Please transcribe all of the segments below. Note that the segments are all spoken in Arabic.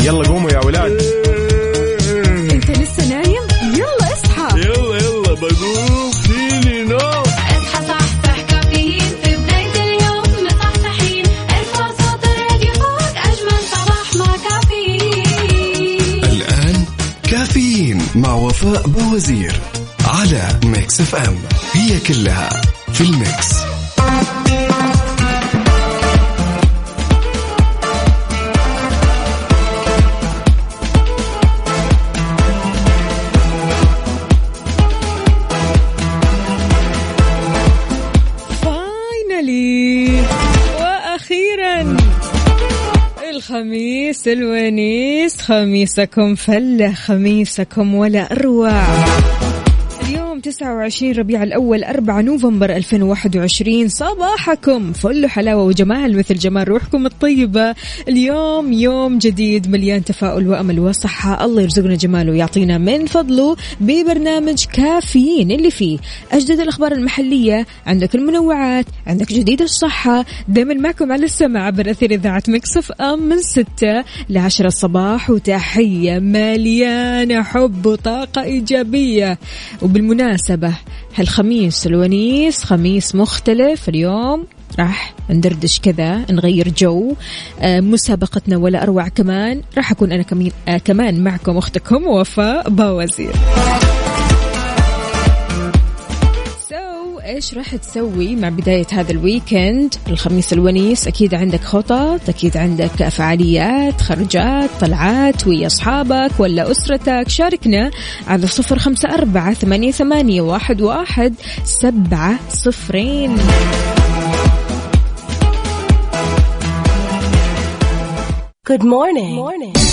يلا قوموا يا ولاد. انت لسه نايم؟ يلا اصحى. يلا بقوم فيني نوم. اصحى صحصح كافيين في بداية اليوم مصحصحين. ارفع صوت الراديو فوق أجمل صباح مع كافيين. الآن كافيين مع وفاء بوزير على ميكس اف ام. هي كلها في الميكس. الخميس الونيس، خميسكم فله، خميسكم ولا أروع. اليوم 29 ربيع الأول 4 نوفمبر 2021. صباحكم فل حلاوة وجمال مثل جمال روحكم الطيبة. اليوم يوم جديد مليان تفاؤل وأمل وصحة. الله يرزقنا جماله ويعطينا من فضله ببرنامج كافيين اللي فيه أجدد الأخبار المحلية، عندك المنوعات، عندك جديد الصحة. دايما معكم على السمع عبر أثير إذاعة ميكس اف ام من 6 ل 10 الصباح، وتحية مليانة حب وطاقة إيجابية. وبالمناسبة هالخميس الونيس خميس مختلف. اليوم راح ندردش كذا، نغير جو. مسابقتنا ولا أروع كمان راح أكون أنا كمان معكم أختكم وفاء باوزير. إيش راح تسوي مع بداية هذا الويكند الخميس الونيس؟ أكيد عندك خطط، أكيد عندك فعاليات، خرجات، طلعات ويا أصحابك ولا أسرتك. شاركنا على 0548811700. Good morning.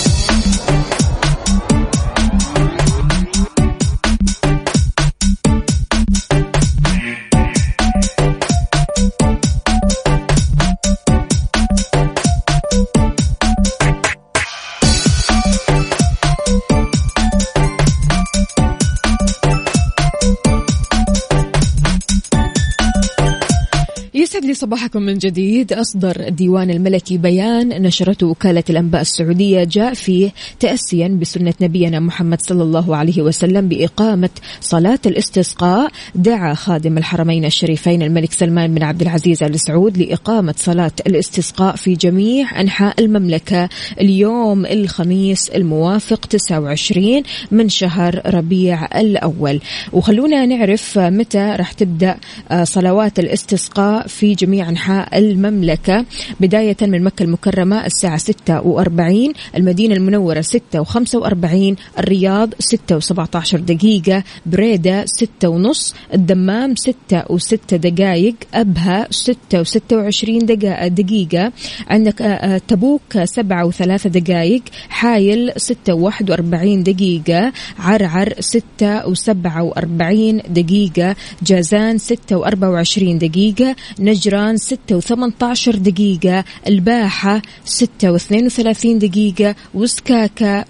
يسعد لي صباحكم من جديد. أصدر الديوان الملكي بيان نشرته وكالة الأنباء السعودية جاء فيه تأسيا بسنة نبينا محمد صلى الله عليه وسلم بإقامة صلاة الاستسقاء. دعا خادم الحرمين الشريفين الملك سلمان بن عبد العزيز آل سعود لإقامة صلاة الاستسقاء في جميع أنحاء المملكة اليوم الخميس الموافق 29 من شهر ربيع الأول. وخلونا نعرف متى راح تبدأ صلوات الاستسقاء في جميع أنحاء المملكة. بداية من مكة المكرمة الساعة 6:40، المدينة المنورة 6:45، الرياض 6:17 دقيقة، بريدة 6:30، الدمام 6:06، أبها 6:26 دقيقة، عندك تبوك 7:03، حايل 6:41 دقيقة، عرعر 6:47 دقيقة، جازان 6:24 دقيقة، نجران 6:18 دقيقة، الباحة 6:32 دقيقة، وسكاكا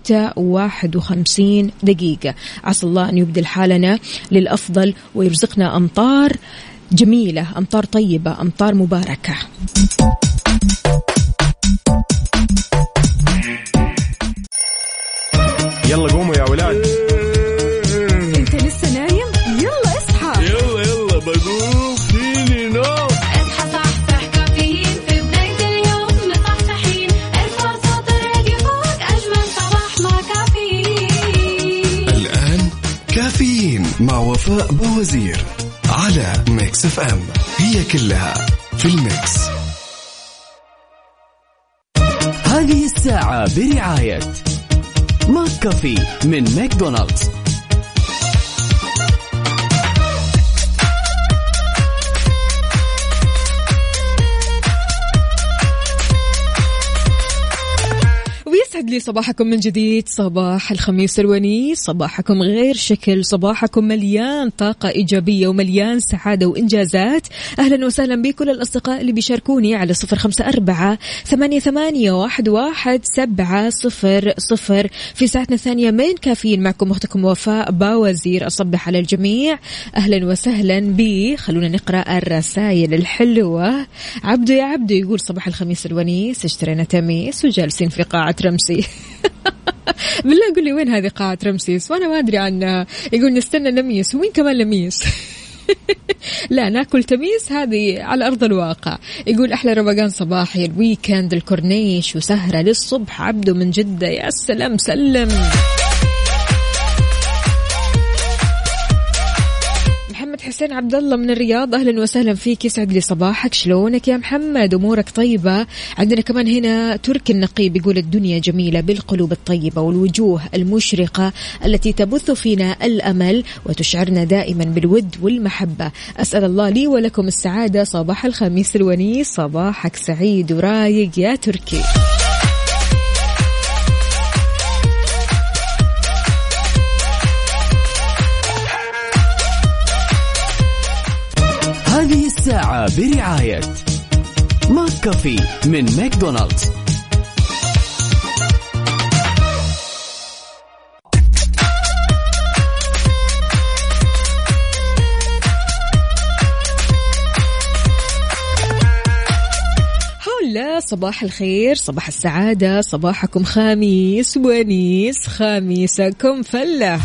6:51 دقيقة. عسى الله أن يبدل حالنا للأفضل ويرزقنا أمطار جميلة، أمطار طيبة، أمطار مباركة. يلا قوموا يا ولاد. انت لسه نايم؟ يلا اصحى. يلا بقوم فيني نوم. اصحى صحصح كافيين في بداية اليوم مصحصحين. ارفع صوت الراديو فوق أجمل صباح مع كافيين. الآن كافيين مع وفاء بوزير على ميكس اف ام. هي كلها في الميكس. هذه الساعة برعاية ماك كافي من ماكدونالدز. يسعد لي صباحكم من جديد. صباح الخميس الونيس، صباحكم غير شكل، صباحكم مليان طاقة إيجابية ومليان سعادة وإنجازات. أهلا وسهلا بكل الأصدقاء اللي بيشاركوني على 0548811700 في ساعتنا الثانية من كافيين. معكم أختكم وفاء باوزير، أصبح على الجميع. أهلا وسهلا بي. خلونا نقرأ الرسائل الحلوة. عبدو يا عبدو يقول صباح الخميس الونيس، اشترينا تميس وجالسين في قاعة رمسيس رمسي. بالله قل لي وين هذه قاعة رمسيس وأنا ما أدري عنها. يقول نستنى لميس، ومين كمان لميس؟ لا ناكل تميس هذه على أرض الواقع. يقول أحلى روقان صباحي الويكند، الكورنيش وسهرة للصبح. عبده من جدة، يا سلام سلم. محمد حسين عبد الله من الرياض، أهلا وسهلا فيك، يسعد لي صباحك. شلونك يا محمد؟ أمورك طيبة؟ عندنا كمان هنا تركي النقيب يقول الدنيا جميلة بالقلوب الطيبة والوجوه المشرقة التي تبث فينا الأمل وتشعرنا دائما بالود والمحبة. أسأل الله لي ولكم السعادة. صباح الخميس الونيس، صباحك سعيد ورايق يا تركي. هذه الساعة برعاية ماك كافي من ماكدونالدز. هلا صباح الخير، صباح السعادة، صباحكم خميس ونيس، خميسكم فلة.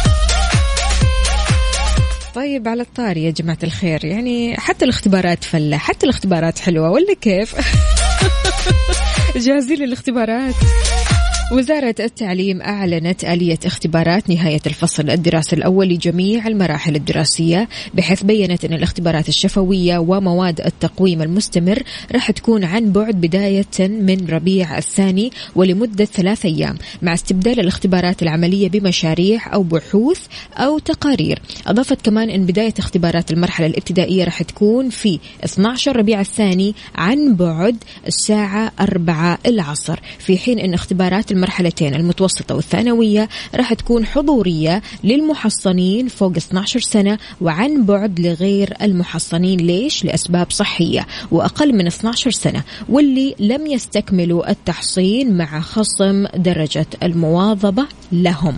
طيب على الطاري يا جماعة الخير، يعني حتى الاختبارات فلة، حتى الاختبارات حلوة ولا كيف؟ جاهزين للاختبارات؟ وزارة التعليم أعلنت آلية اختبارات نهاية الفصل الدراسي الأول لجميع المراحل الدراسية، بحيث بيّنت أن الاختبارات الشفوية ومواد التقويم المستمر راح تكون عن بعد بداية من ربيع الثاني ولمدة 3 أيام، مع استبدال الاختبارات العملية بمشاريع أو بحوث أو تقارير. أضافت كمان أن بداية اختبارات المرحلة الابتدائية راح تكون في 12 ربيع الثاني عن بعد الساعة 4 العصر، في حين أن اختبارات المرحلتين المتوسطة والثانوية راح تكون حضورية للمحصنين فوق 12 سنة وعن بعد لغير المحصنين. ليش؟ لأسباب صحية، وأقل من 12 سنة واللي لم يستكملوا التحصين مع خصم درجة المواظبة لهم.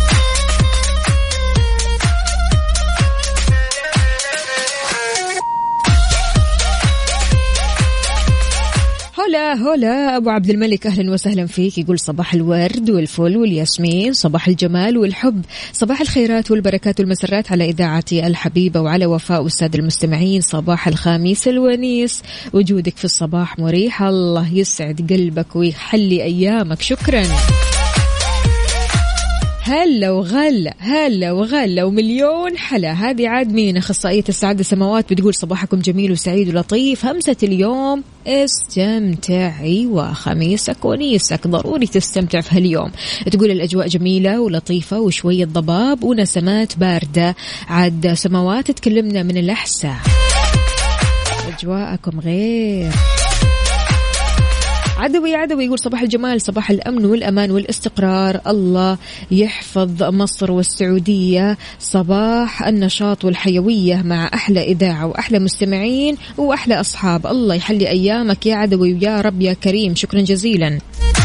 هلا أبو عبد الملك، أهلا وسهلا فيك. يقول صباح الورد والفل والياسمين، صباح الجمال والحب، صباح الخيرات والبركات والمسرات على إذاعتي الحبيبة وعلى وفاء والسادة المستمعين. صباح الخميس الونيس، وجودك في الصباح مريح، الله يسعد قلبك ويحلي أيامك. شكرا. هلا وغلا ومليون حلا. هذه عاد مين؟ أخصائية السعادة سماوات بتقول صباحكم جميل وسعيد ولطيف. همسة اليوم استمتعي وخميسك ونيسك، ضروري تستمتع في هاليوم. تقول الأجواء جميلة ولطيفة وشوية ضباب ونسمات باردة. عاد سماوات تكلمنا من الأحساء، أجواءكم غير. عدوي يقول صباح الجمال، صباح الأمن والأمان والاستقرار، الله يحفظ مصر والسعودية، صباح النشاط والحيوية مع أحلى إذاعة وأحلى مستمعين وأحلى أصحاب. الله يحلي أيامك يا عدوي ويا رب يا كريم. شكرا جزيلا.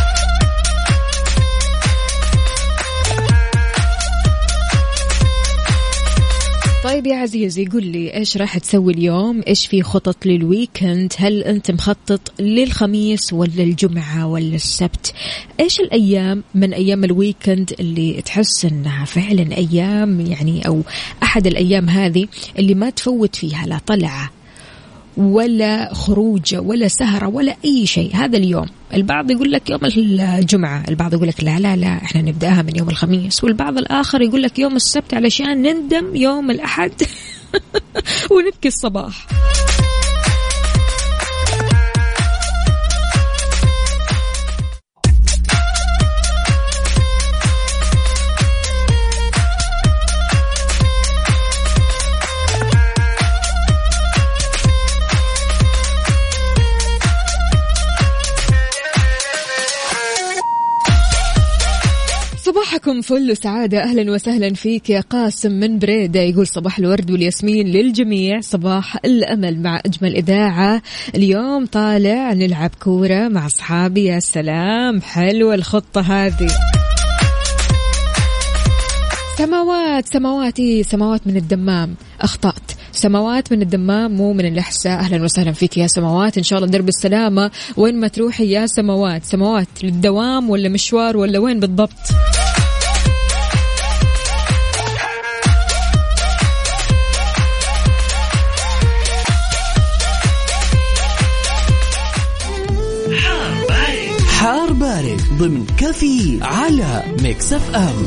طيب يا عزيزي قل لي إيش راح تسوي اليوم؟ إيش في خطط للويكند؟ هل أنت مخطط للخميس ولا الجمعة ولا السبت؟ إيش الأيام من أيام الويكند اللي تحس أنها فعلا أيام يعني أو أحد الأيام هذه اللي ما تفوت فيها لا طلعة ولا خروجة ولا سهرة ولا أي شيء هذا اليوم؟ البعض يقول لك يوم الجمعة، البعض يقول لك لا احنا نبدأها من يوم الخميس، والبعض الآخر يقول لك يوم السبت علشان نندم يوم الأحد ونبكي الصباح. صباحكم فل وسعادة، أهلا وسهلا فيك يا قاسم من بريدة. يقول صباح الورد والياسمين للجميع، صباح الأمل مع أجمل إذاعة. اليوم طالع نلعب كورة مع أصحابي. يا سلام، حلوة الخطة هذه. سماوات من الدمام، أخطأت سماوات من الدمام مو من الأحساء. أهلا وسهلا فيك يا سماوات، إن شاء الله درب السلامة وين ما تروحي يا سماوات. سماوات للدوام ولا مشوار ولا وين بالضبط؟ حار بارد ضمن كافيين على ميكس اف ام.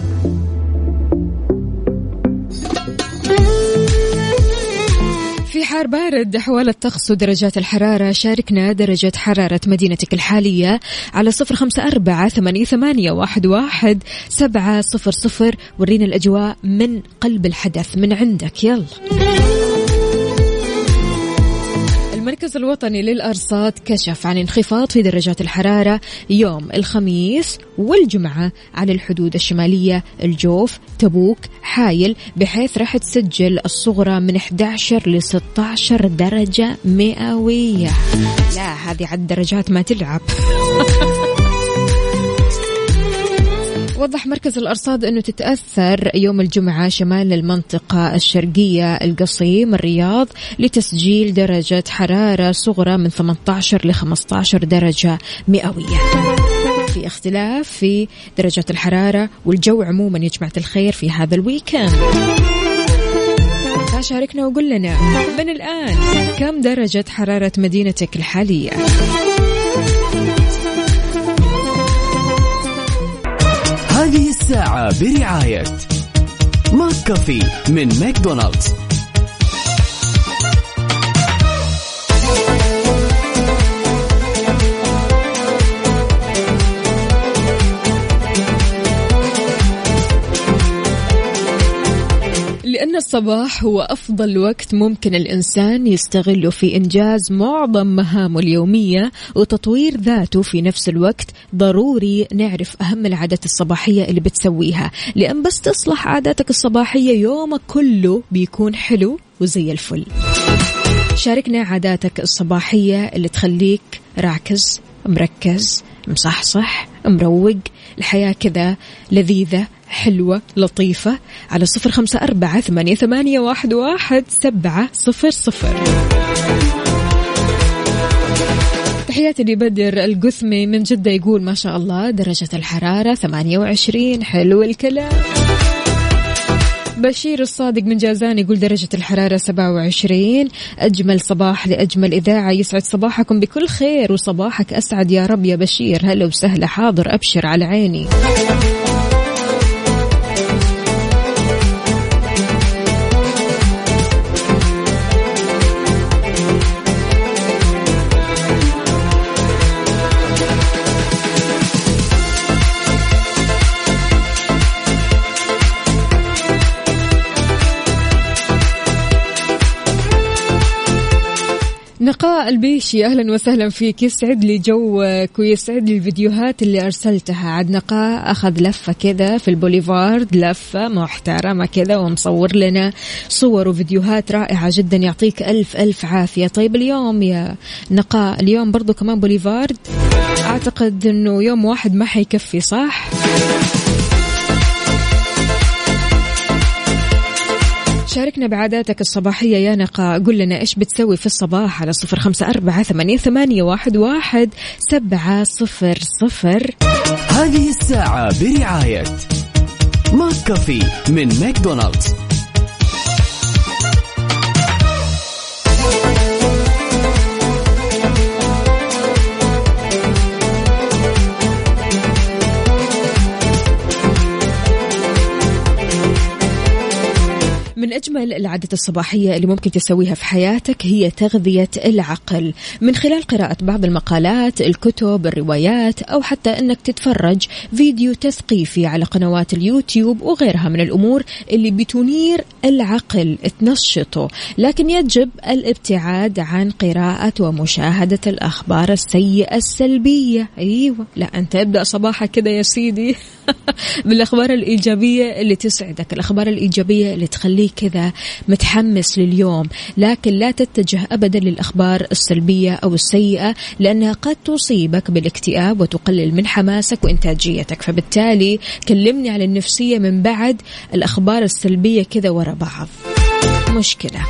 في حار بارد أحوال الطقس ودرجات الحرارة. شاركنا درجة حرارة مدينتك الحالية على 0548811700. ورينا الأجواء من قلب الحدث من عندك، يلا. المركز الوطني للأرصاد كشف عن انخفاض في درجات الحرارة يوم الخميس والجمعة على الحدود الشمالية، الجوف، تبوك، حايل، بحيث راح تسجل الصغرى من 11 ل 16 درجة مئوية. لا هذه عد درجات ما تلعب. وضح مركز الأرصاد أنه تتأثر يوم الجمعة شمال المنطقة الشرقية، القصيم، الرياض، لتسجيل درجة حرارة صغرى من 18 ل 15 درجة مئوية. في اختلاف في درجة الحرارة والجو عموما يا جماعة الخير في هذا الويكند. شاركنا وقول لنا من الآن كم درجة حرارة مدينتك الحالية. هذه الساعة برعاية ماك كافي من ماكدونالدز. لأن الصباح هو أفضل وقت ممكن الإنسان يستغله في إنجاز معظم مهامه اليومية وتطوير ذاته في نفس الوقت. ضروري نعرف أهم العادات الصباحية اللي بتسويها، لأن بس تصلح عاداتك الصباحية يومك كله بيكون حلو وزي الفل. شاركنا عاداتك الصباحية اللي تخليك راكز، مركز، مصحصح، مروق، الحياة كذا لذيذة حلوة لطيفة على 0548811700. تحياتي لبدر القثمي من جدة، يقول ما شاء الله درجة الحرارة 28، حلو الكلام. بشير الصادق من جازان يقول درجة الحرارة 27. أجمل صباح لأجمل إذاعة، يسعد صباحكم بكل خير وصباحك أسعد يا رب يا بشير. هلا وسهلا، حاضر أبشر على عيني. نقاء البيشي أهلا وسهلا فيك، يسعد لي جوك ويسعد لي الفيديوهات اللي أرسلتها. عاد نقاء أخذ لفة كذا في البوليفارد، لفة محترمة كذا ومصور لنا صور وفيديوهات رائعة جدا، يعطيك ألف ألف عافية. طيب اليوم يا نقاء، اليوم برضو كمان بوليفارد، أعتقد أنه يوم واحد ما حيكفي صح؟ شاركنا بعاداتك الصباحية يا نقاء، قل لنا إيش بتسوي في الصباح على 0548811700. هذه الساعة برعاية ماك كافي من ماكدونالدز. من أجمل العادات الصباحية اللي ممكن تسويها في حياتك هي تغذية العقل من خلال قراءة بعض المقالات، الكتب، الروايات، أو حتى أنك تتفرج فيديو تثقيفي على قنوات اليوتيوب وغيرها من الأمور اللي بتنير العقل تنشطه. لكن يجب الابتعاد عن قراءة ومشاهدة الأخبار السيئة السلبية. أيوة، لا أنت ابدأ صباحك كده يا سيدي بالأخبار الإيجابية اللي تسعدك، الأخبار الإيجابية اللي تخليك كذا متحمس لليوم. لكن لا تتجه أبدا للأخبار السلبية أو السيئة، لأنها قد تصيبك بالاكتئاب وتقلل من حماسك وإنتاجيتك. فبالتالي كلمني على النفسية من بعد الأخبار السلبية كذا ورا بعض. مشكلة.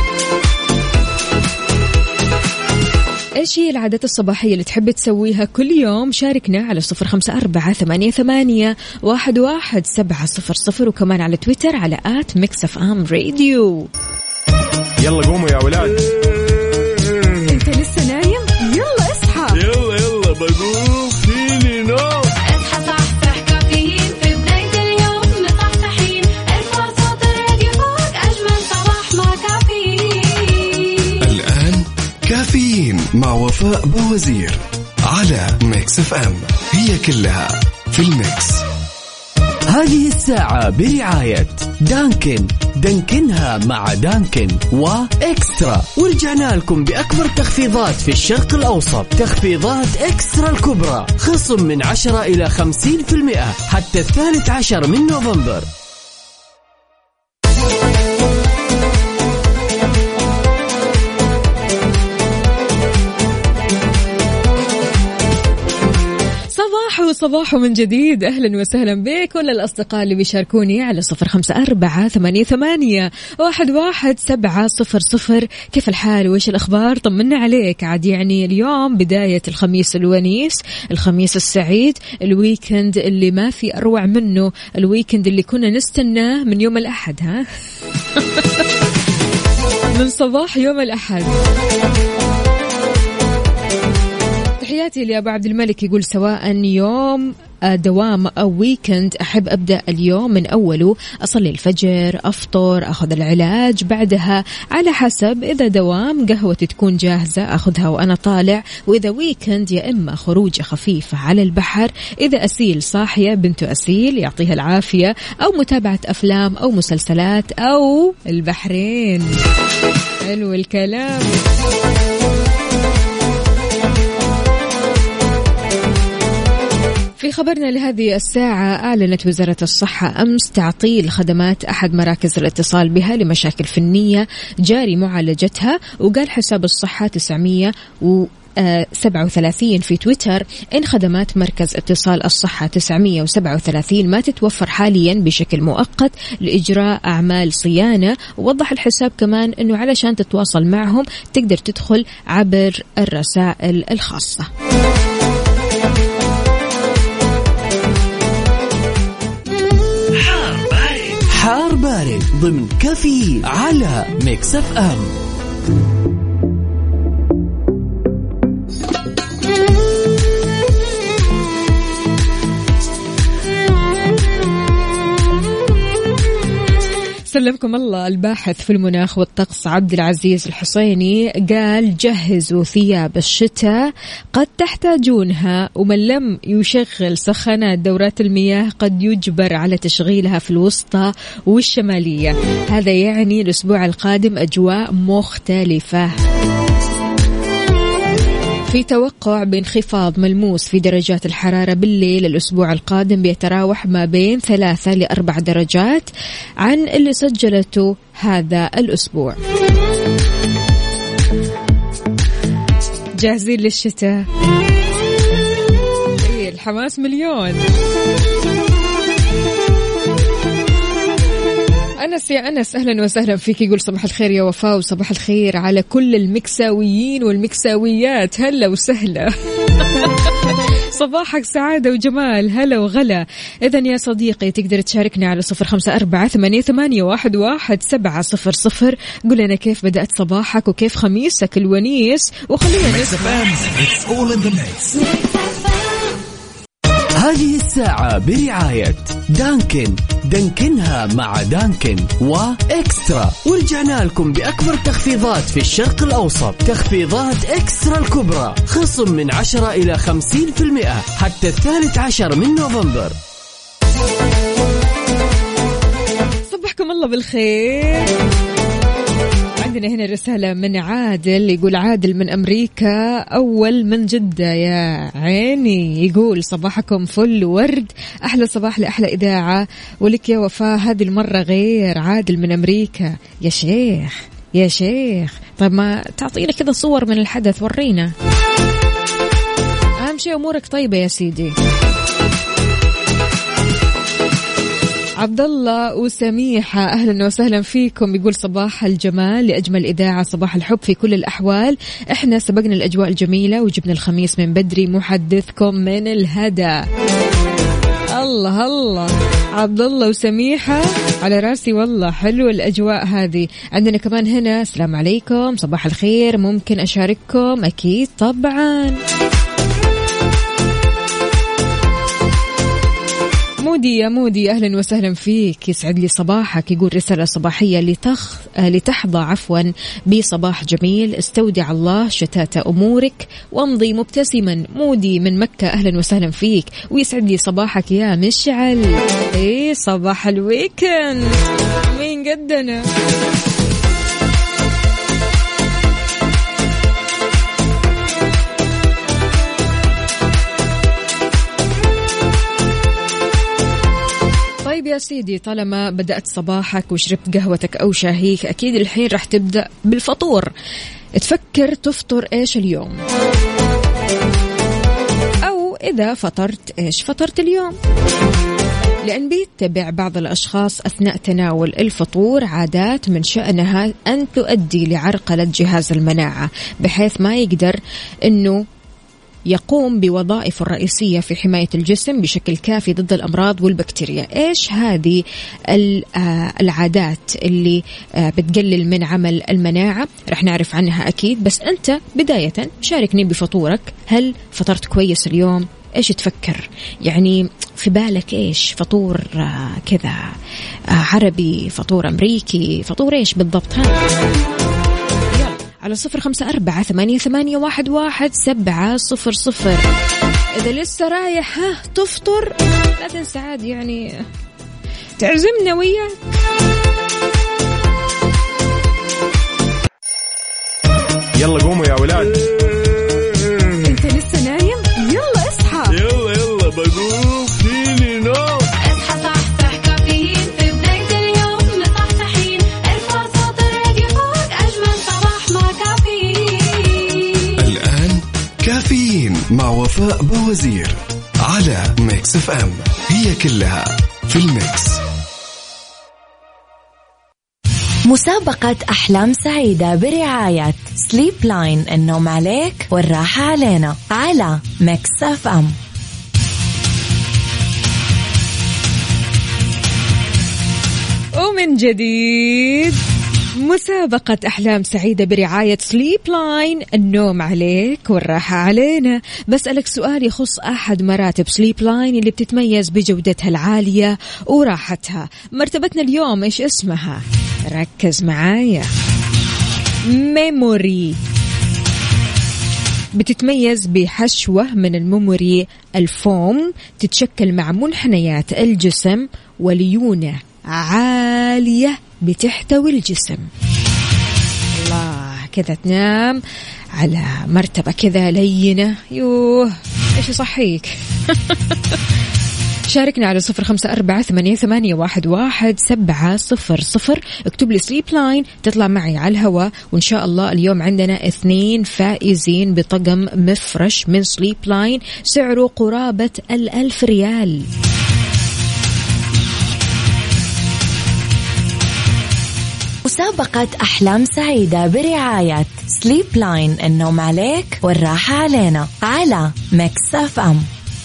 إيش هي العادات الصباحية اللي تحب تسويها كل يوم؟ شاركنا على 0548811700 وكمان على تويتر على @mixfmradio. يلا قوموا يا ولاد. أنت لسه نايم؟ يلا اصحى. يلا بقوم فيني نوم. اصحى صحصح كافيين في بداية اليوم مصحصحين ارفع صوت الراديو فوق أجمل صباح مع كافيين. الآن كافيين مع وفاء بوزير على ميكس اف ام. هي كلها في الميكس. هذه الساعة برعاية دانكن، دانكنها مع دانكن وإكسترا. ورجعنا لكم بأكبر تخفيضات في الشرق الأوسط، تخفيضات إكسترا الكبرى، خصم من 10 إلى 50% حتى 13 من نوفمبر. صباح من جديد. أهلا وسهلا بكل الأصدقاء اللي بيشاركوني على 0548811700. كيف الحال وإيش الأخبار؟ طمنا عليك. عاد يعني اليوم بداية الخميس الونيس، الخميس السعيد، الويكند اللي ما في أروع منه، الويكند اللي كنا نستناه من يوم الأحد. ها من صباح يوم الأحد. تحياتي لأبو عبد الملك، يقول سواء يوم دوام أو ويكند أحب أبدأ اليوم من أوله، أصلي الفجر، أفطر، أخذ العلاج، بعدها على حسب، إذا دوام قهوتي تكون جاهزة أخذها وأنا طالع، وإذا ويكند يا إما خروجة خفيفة على البحر، إذا أسيل صاحية بنت أسيل يعطيها العافية، أو متابعة أفلام أو مسلسلات أو البحرين. حلو الكلام. في خبرنا لهذه الساعة، أعلنت وزارة الصحة أمس تعطيل خدمات أحد مراكز الاتصال بها لمشاكل فنية جاري معالجتها. وقال حساب الصحة 937 في تويتر إن خدمات مركز اتصال الصحة 937 ما تتوفر حاليا بشكل مؤقت لإجراء أعمال صيانة. ووضح الحساب كمان أنه علشان تتواصل معهم تقدر تدخل عبر الرسائل الخاصة. حار بارد ضمن كافيين على ميكس اف ام. سلمكم الله. الباحث في المناخ والطقس عبد العزيز الحسيني قال جهزوا ثياب الشتاء قد تحتاجونها، ومن لم يشغل سخانات دورات المياه قد يجبر على تشغيلها في الوسطى والشمالية. هذا يعني الأسبوع القادم أجواء مختلفة. في توقع بانخفاض ملموس في درجات الحرارة بالليل الأسبوع القادم، بيتراوح ما بين 3 ل 4 درجات عن اللي سجلته هذا الأسبوع. جاهزين للشتاء؟ الحماس مليون. أنس يا أنس أهلا وسهلا فيك، يقول صباح الخير يا وفاء، وصباح الخير على كل المكساويين والمكساويات. هلا وسهلا. صباحك سعادة وجمال. هلا وغلا. إذن يا صديقي تقدر تشاركنا على 0548811700. قل لنا كيف بدأت صباحك وكيف خميسك الونيس، وخلينا نسمع. هذه الساعة برعاية دانكن، دانكنها مع دانكن وإكسترا. ورجعنا لكم بأكبر تخفيضات في الشرق الأوسط، تخفيضات إكسترا الكبرى، خصم من 10 إلى 50% حتى 13 من نوفمبر. صبحكم الله بالخير. عندنا هنا رسالة من عادل، يقول عادل من أمريكا أول من جدة يا عيني، يقول صباحكم فل ورد، أحلى صباح لأحلى إذاعة، ولك يا وفاء هذه المرة غير. عادل من أمريكا يا شيخ يا شيخ. طيب ما تعطينا كذا صور من الحدث ورينا، أهم شيء أمورك طيبة يا سيدي. عبد الله وسميحة أهلا وسهلا فيكم. يقول صباح الجمال لأجمل إذاعة، صباح الحب في كل الأحوال. إحنا سبقنا الأجواء الجميلة وجبنا الخميس من بدري، محدثكم من الهدى. الله الله عبد الله وسميحة على راسي والله، حلو الأجواء هذه. عندنا كمان هنا السلام عليكم صباح الخير، ممكن أشارككم؟ أكيد طبعا. مودي يا مودي أهلا وسهلا فيك، يسعد لي صباحك. يقول رسالة صباحية لتحظى بصباح جميل، استودع الله شتات أمورك وامضي مبتسما. مودي من مكة أهلا وسهلا فيك، ويسعد لي صباحك يا مشعل. إيه صباح الويكند مين قدنا. طيب يا سيدي، طالما بدأت صباحك وشربت قهوتك أو شاهيك، أكيد الحين راح تبدأ بالفطور. تفكر تفطر إيش اليوم، أو إذا فطرت إيش فطرت اليوم؟ لأن بيتبع بعض الأشخاص أثناء تناول الفطور عادات من شأنها أن تؤدي لعرقلة جهاز المناعة، بحيث ما يقدر أنه يقوم بوظائفه الرئيسية في حماية الجسم بشكل كافي ضد الأمراض والبكتيريا. إيش هذه العادات اللي بتقلل من عمل المناعة؟ رح نعرف عنها أكيد، بس أنت بداية شاركني بفطورك. هل فطرت كويس اليوم؟ إيش تفكر؟ يعني في بالك إيش؟ فطور كذا عربي، فطور أمريكي، فطور إيش بالضبط؟ على 0548811700. إذا لسه رايح تفطر لا تنسى عاد يعني تعزمنا وياك. يلا قوموا يا ولاد. انت لسه نايم؟ يلا اصحى. يلا بقوم فيني نوم. اصحى صحصح كافيين في بداية اليوم مصحصحين، ارفع صوت الراديو فوق أجمل صباح مع كافيين. الآن كافيين مع وفاء بوزير على ميكس اف ام، هي كلها في الميكس. مسابقة أحلام سعيدة برعاية سليب لاين، النوم عليك والراحة علينا، على ميكس اف ام. ومن جديد مسابقة أحلام سعيدة برعاية سليب لاين، النوم عليك والراحة علينا. بسألك سؤال يخص أحد مراتب سليب لاين اللي بتتميز بجودتها العالية وراحتها. مرتبتنا اليوم إيش اسمها؟ ركز معايا. ميموري. بتتميز بحشوة من الميموري الفوم، تتشكل مع منحنيات الجسم وليونة عالية بتحتوي الجسم. الله، كذا تنام على مرتبة كذا لينة. يوه ايش يصحيك. شاركنا على 0548811700. اكتب لي سليب لاين تطلع معي على الهواء، وإن شاء الله اليوم عندنا 2 فائزين بطقم مفرش من سليب لاين سعره قرابة 1000 ريال. مسابقة أحلام سعيدة برعاية سليب لاين، النوم عليك والراحة علينا، على ميكس اف ام.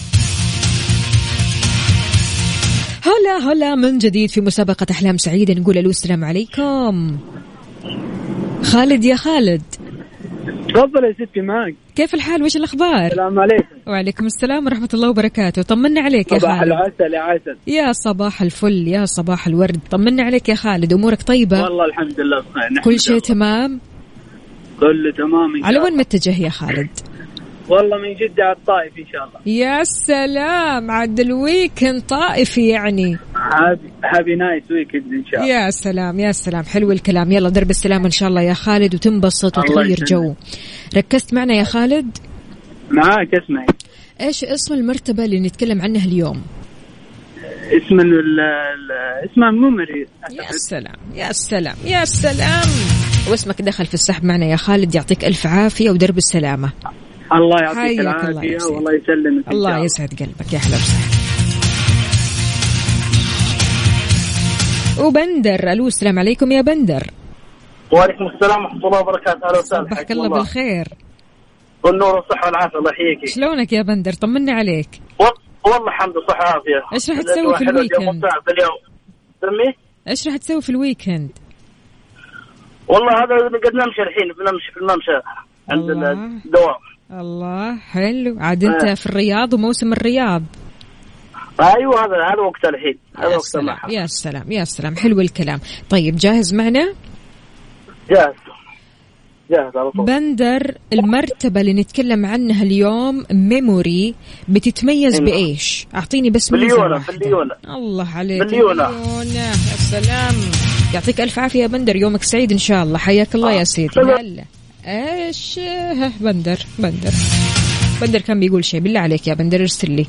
هلا من جديد في مسابقة أحلام سعيدة. نقول له السلام عليكم خالد. يا خالد تفضل يا ستي معك. كيف الحال وش الأخبار؟ السلام عليكم. وعليكم السلام ورحمة الله وبركاته. طمنا عليك يا صباح خالد. العسل يا عسل. يا صباح الفل، يا صباح الورد. طمنا عليك يا خالد، أمورك طيبة؟ والله الحمد لله بخير، كل شيء تمام؟ كله تمام. على وين متجه يا خالد؟ والله من جدة على الطائف إن شاء الله. يا سلام، عاد الويكند طائفي يعني. هابي نايت ويكند إن شاء الله. يا سلام يا سلام، حلو الكلام. يلا درب السلام إن شاء الله يا خالد، وتنبسط وتغير جو. ركزت معنا يا خالد؟ معاك اسمعي. إيش اسم المرتبة اللي نتكلم عنها اليوم؟ اسمها ميموري. يا سلام يا سلام يا سلام، واسمك دخل في السحب معنا يا خالد. يعطيك ألف عافية ودرب السلامة. الله يعطيك العافية والله يسلمك. الله يسعد قلبك، يا هلا وسهلا. وبندر. ألو السلام عليكم يا بندر. وعليكم السلام ورحمة الله وبركاته. أهلا وسهلا. صبحك الله بالخير. والنور والصحة والعافية. الله يحييك. شلونك يا بندر؟ طمني عليك. والله الحمد لله صحة عافية. ايش راح تسوي في الويكند؟ ايش راح تسوي في الويكند؟ والله هذا قد نمشي الحين، بنمشي في الممشى عند الدوام. الله حلو. عاد انت في الرياض وموسم الرياض. ايوه هذا وقت الحين. هذا وقت المحر. يا سلام يا سلام، حلو الكلام. طيب جاهز معنا؟ جاهز على طول. بندر، المرتبة اللي نتكلم عنها اليوم ميموري، بتتميز بإيش؟ أعطيني بس مليونة. الله عليك. مليونة. يا سلام، يعطيك ألف عافية يا بندر، يومك سعيد إن شاء الله. حياك الله يا سيدي. هلا إيش بندر كان بيقول شيء، بالله عليك يا بندر ارسل لي.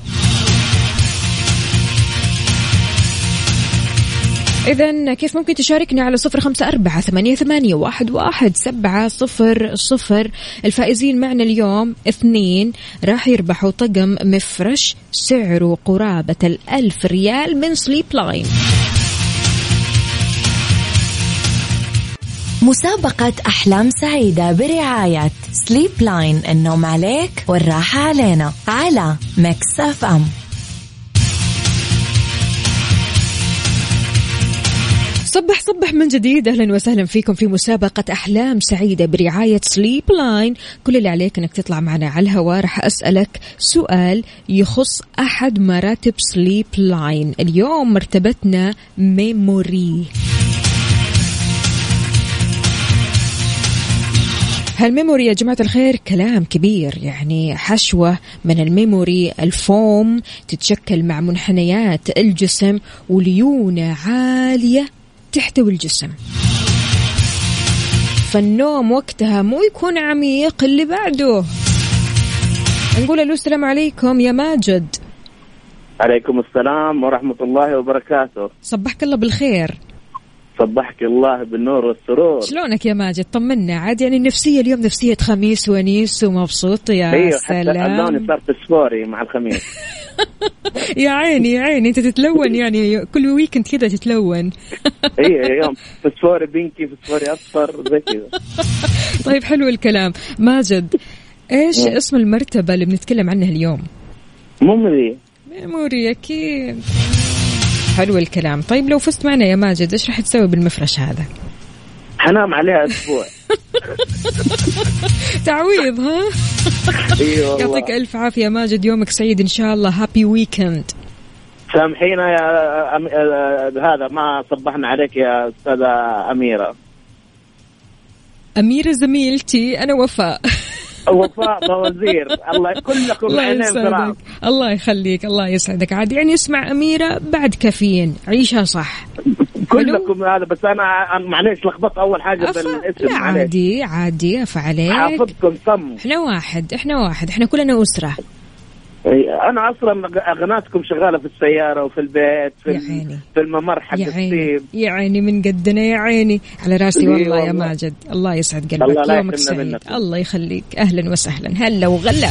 إذن كيف ممكن تشاركنا على 0548811700. الفائزين معنا اليوم 2 راح يربحوا طقم مفرش سعره قرابة 1000 ريال من سليب لاين. مسابقة أحلام سعيدة برعاية سليب لاين، النوم عليك والراحة علينا، على ميكس اف ام. صبح من جديد. أهلا وسهلا فيكم في مسابقة أحلام سعيدة برعاية سليب لاين. كل اللي عليك أنك تطلع معنا على الهواء. رح أسألك سؤال يخص أحد مراتب سليب لاين. اليوم مرتبتنا ميموري. هالميموري يا جماعة الخير كلام كبير، يعني حشوة من الميموري الفوم تتشكل مع منحنيات الجسم وليونة عالية تحتوي الجسم، فالنوم وقتها مو يكون عميق. اللي بعده نقول له السلام عليكم يا ماجد. عليكم السلام ورحمة الله وبركاته. صبحك الله بالخير. صبحك الله بالنور والسرور. شلونك يا ماجد؟ طمنا. عاد يعني النفسية اليوم نفسية خميس ونيس ومبسوط. يا أيوة سلام. حتى اللون صار فسفوري مع الخميس. يا عيني انت تتلون، يعني كل ويكند كذا تتلون. ايه يوم فسفوري بينكي فسفوري اصفر زي كذا. طيب حلو الكلام. ماجد، ايش اسم المرتبة اللي بنتكلم عنها اليوم؟ ميموري اكيد. حلو الكلام. طيب لو فزت معنا يا ماجد ايش راح تسوي بالمفرش هذا؟ حنام عليها اسبوع. تعويض ها. يعطيك ألف عافية ماجد، يومك سعيد إن شاء الله. هابي ويكند. سامحينا يا هذا ما صبحنا عليك يا أستاذة أميرة زميلتي. أنا وفاء بوزير. الله كلكم عينين. الله يخليك، الله يسعدك. عاد يعني اسمع أميرة بعد كافيين، عيشها صح كلكم هذا. بس أنا معليش لخبطت أول حاجة بالاسم. عادي أفعلك. حافظكم صم. إحنا واحد إحنا كلنا أسرة. أنا أصلا أغناتكم شغالة في السيارة وفي البيت في الممر حق السيب. يا عيني من قدنا، يا عيني على راسي والله يا ماجد. الله يسعد قلبك، يومك سعيد. الله يخليك. أهلا وسهلا. هلا وغلا.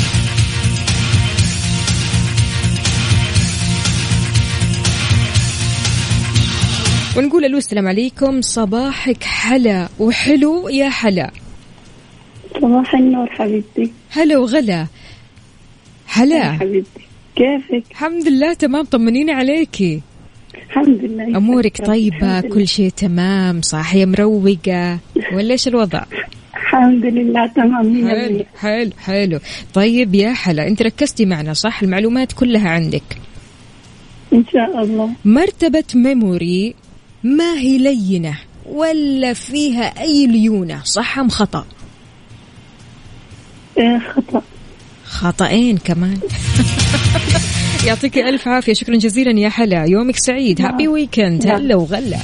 ونقول له السلام عليكم. صباحك حلا وحلو يا حلا. صباح النور حبيبتي. هلا وغلا. هلا حبيبتي، كيفك؟ الحمد لله تمام. طمنيني عليكي. الحمد لله. أمورك طيبة؟ كل شيء تمام صح؟ يا مروقة ولا إيش الوضع؟ الحمد لله تمام. حلو. طيب يا حلا، أنت ركزتي معنا صح؟ المعلومات كلها عندك إن شاء الله. مرتبة ميموري ما هي لينة ولا فيها أي ليونة، صح أم خطأ؟ خطأ. خطأين كمان. يعطيك ألف عافية، شكرا جزيلا يا حلا، يومك سعيد. هابي ويكند. هلا وغلا.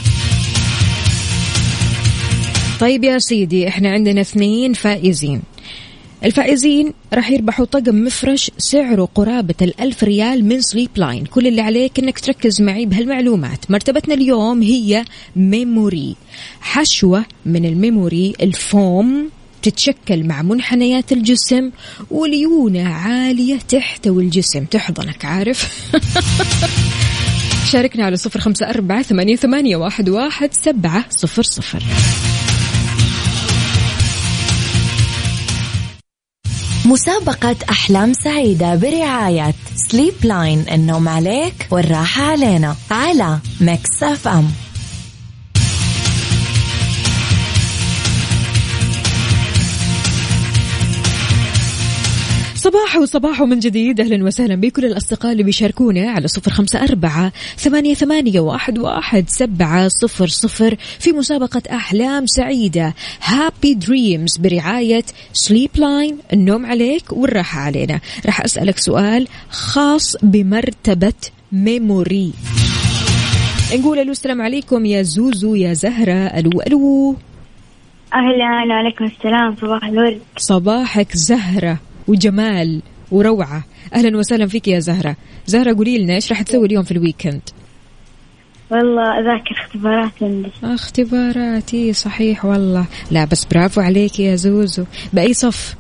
طيب يا سيدي، احنا عندنا 2 فائزين. الفائزين راح يربحوا طقم مفرش سعره قرابة 1000 ريال من سليب لاين. كل اللي عليك انك تركز معي بهالمعلومات. مرتبتنا اليوم هي ميموري، حشوة من الميموري الفوم تتشكل مع منحنيات الجسم وليونة عالية تحتوي الجسم، تحضنك، عارف. شاركنا على 0548811700. مسابقة أحلام سعيدة برعاية سليب لاين، النوم عليك والراحة علينا، على ميكس اف ام. صباح من جديد. أهلا وسهلا بكل الأصدقاء اللي بيشاركونا على 0548811700 في مسابقة أحلام سعيدة هابي دريمز برعاية سليب لاين، النوم عليك والراحة علينا. راح أسألك سؤال خاص بمرتبة ميموري. نقول ألو السلام عليكم يا زوزو يا زهرة. ألو أهلا. وعليكم السلام. صباح الورد. صباحك زهرة وجمال وروعة. أهلا وسهلا فيك يا زهرة. زهرة قولي لنا إيش راح تسوي اليوم في الويكند؟ والله أذاكر اختبارات عندي. اختباراتي صحيح والله. لا بس برافو عليك يا زوزو. بأي صف؟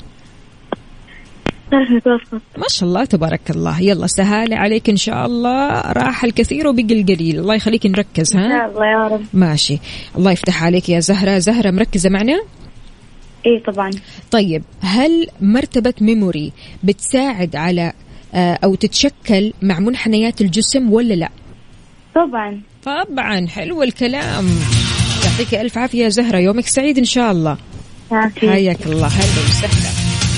صف متوسط. ما شاء الله تبارك الله. يلا سهالة عليك إن شاء الله. راح الكثير وبقي القليل. الله يخليك نركز. ها إن شاء الله يا رب. ماشي. الله يفتح عليك يا زهرة. زهرة مركزة معنا؟ إيه طبعا. طيب هل مرتبة ميموري بتساعد على أو تتشكل مع منحنيات الجسم ولا لا؟ طبعا. حلو الكلام. يعطيك ألف عافية يا زهرة. يومك سعيد إن شاء الله. حياك الله. هلا وسهلا.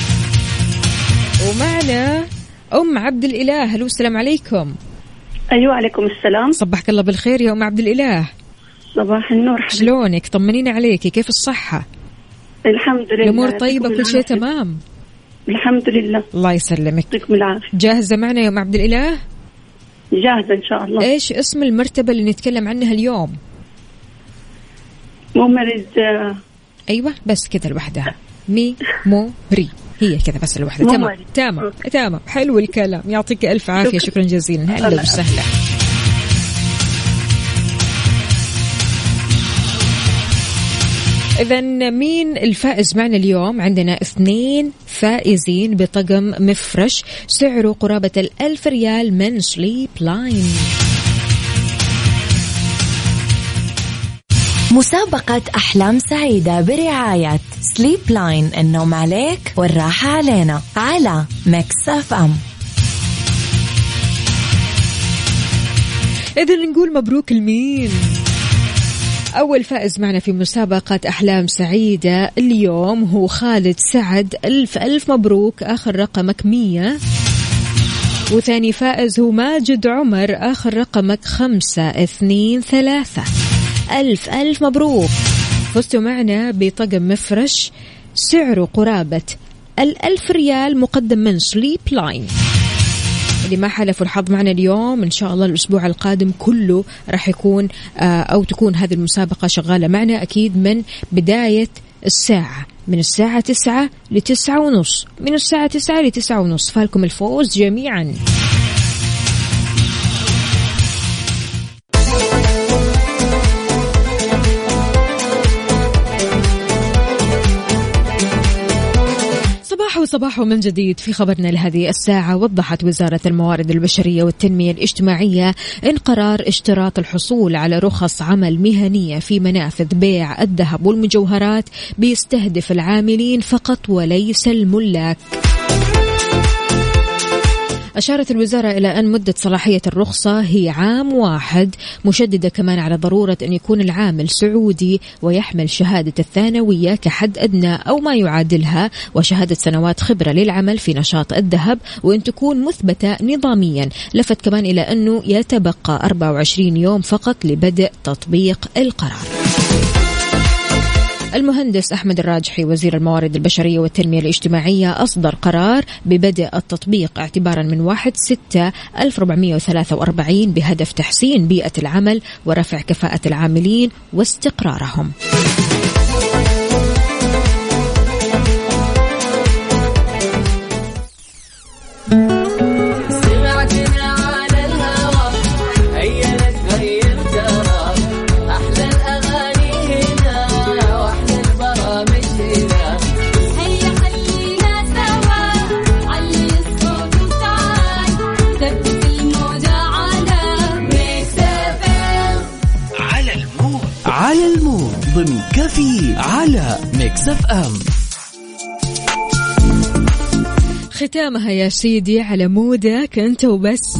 ومعنا أم عبد الإله. هلو السلام عليكم. أيوة عليكم السلام. صبحك الله بالخير يا أم عبد الإله. صباح النور حبيبي. شلونك؟ طمنينا عليكي. كيف الصحة؟ الحمد لله. الأمور طيبة كل شيء تمام؟ الحمد لله. الله يسلمك. يعطيكم العافية. جاهزة معنا يا أم عبد الإله؟ جاهزة إن شاء الله. إيش اسم المرتبة اللي نتكلم عنها اليوم؟ ممرز. أيوة بس كذا لوحدها. ميموري هي كذا بس لوحدها. تمام. حلو الكلام. يعطيك ألف عافية. شكرا جزيلا. هلا وسهلا. إذن مين الفائز معنا اليوم؟ عندنا 2 فائزين بطقم مفرش سعره قرابة 1000 ريال من سليب لاين. مسابقة أحلام سعيدة برعاية سليب لاين، النوم عليك والراحة علينا، على ميكس اف ام. إذن نقول مبروك لمين؟ أول فائز معنا في مسابقة أحلام سعيدة اليوم هو خالد سعد. ألف مبروك. آخر رقمك 100. وثاني فائز هو ماجد عمر. آخر رقمك 523. ألف مبروك. فزتوا معنا بطقم مفرش سعره قرابة 1000 ريال مقدم من سليب لاين. اللي ما حلفوا الحظ معنا اليوم إن شاء الله الأسبوع القادم كله راح يكون أو تكون هذه المسابقة شغالة معنا أكيد من بداية الساعة، من الساعة 9 ل9:30، من الساعة 9 ل9:30. فالكم الفوز جميعا. صباح من جديد. في خبرنا لهذه الساعة، وضحت وزارة الموارد البشرية والتنمية الاجتماعية إن قرار اشتراط الحصول على رخص عمل مهنية في منافذ بيع الذهب والمجوهرات بيستهدف العاملين فقط وليس الملاك. أشارت الوزارة إلى أن مدة صلاحية الرخصة هي عام واحد، مشددة كمان على ضرورة أن يكون العامل سعودي ويحمل شهادة الثانوية كحد أدنى أو ما يعادلها، وشهادة سنوات خبرة للعمل في نشاط الذهب، وأن تكون مثبتة نظاميا. لفت كمان إلى أنه يتبقى 24 يوم فقط لبدء تطبيق القرار. المهندس أحمد الراجحي وزير الموارد البشرية والتنمية الاجتماعية أصدر قرار ببدء التطبيق اعتبارا من 1/6/1443 بهدف تحسين بيئة العمل ورفع كفاءة العاملين واستقرارهم. كافيين على ميكس اف ام. ختامها يا سيدي على مودك انت وبس.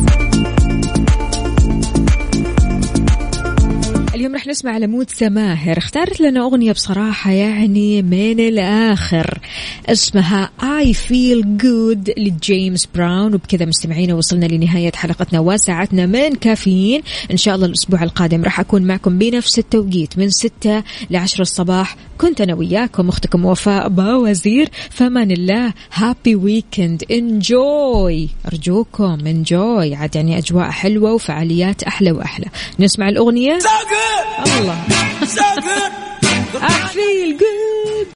اليوم رح نسمع على مود سماهر، اختارت لنا أغنية بصراحة يعني من الآخر، اسمها I Feel Good لجيمس براون. وبكذا مستمعينا وصلنا لنهاية حلقتنا وساعتنا من كافيين. إن شاء الله الأسبوع القادم رح أكون معكم بنفس التوقيت من 6 ل10 الصباح. كنت أنا وياكم أختكم وفاء باوزير، فمان الله. هابي ويكند، انجوي، أرجوكم انجوي، عاد يعني أجواء حلوة وفعاليات أحلى وأحلى. نسمع الأغنية. الله I feel good.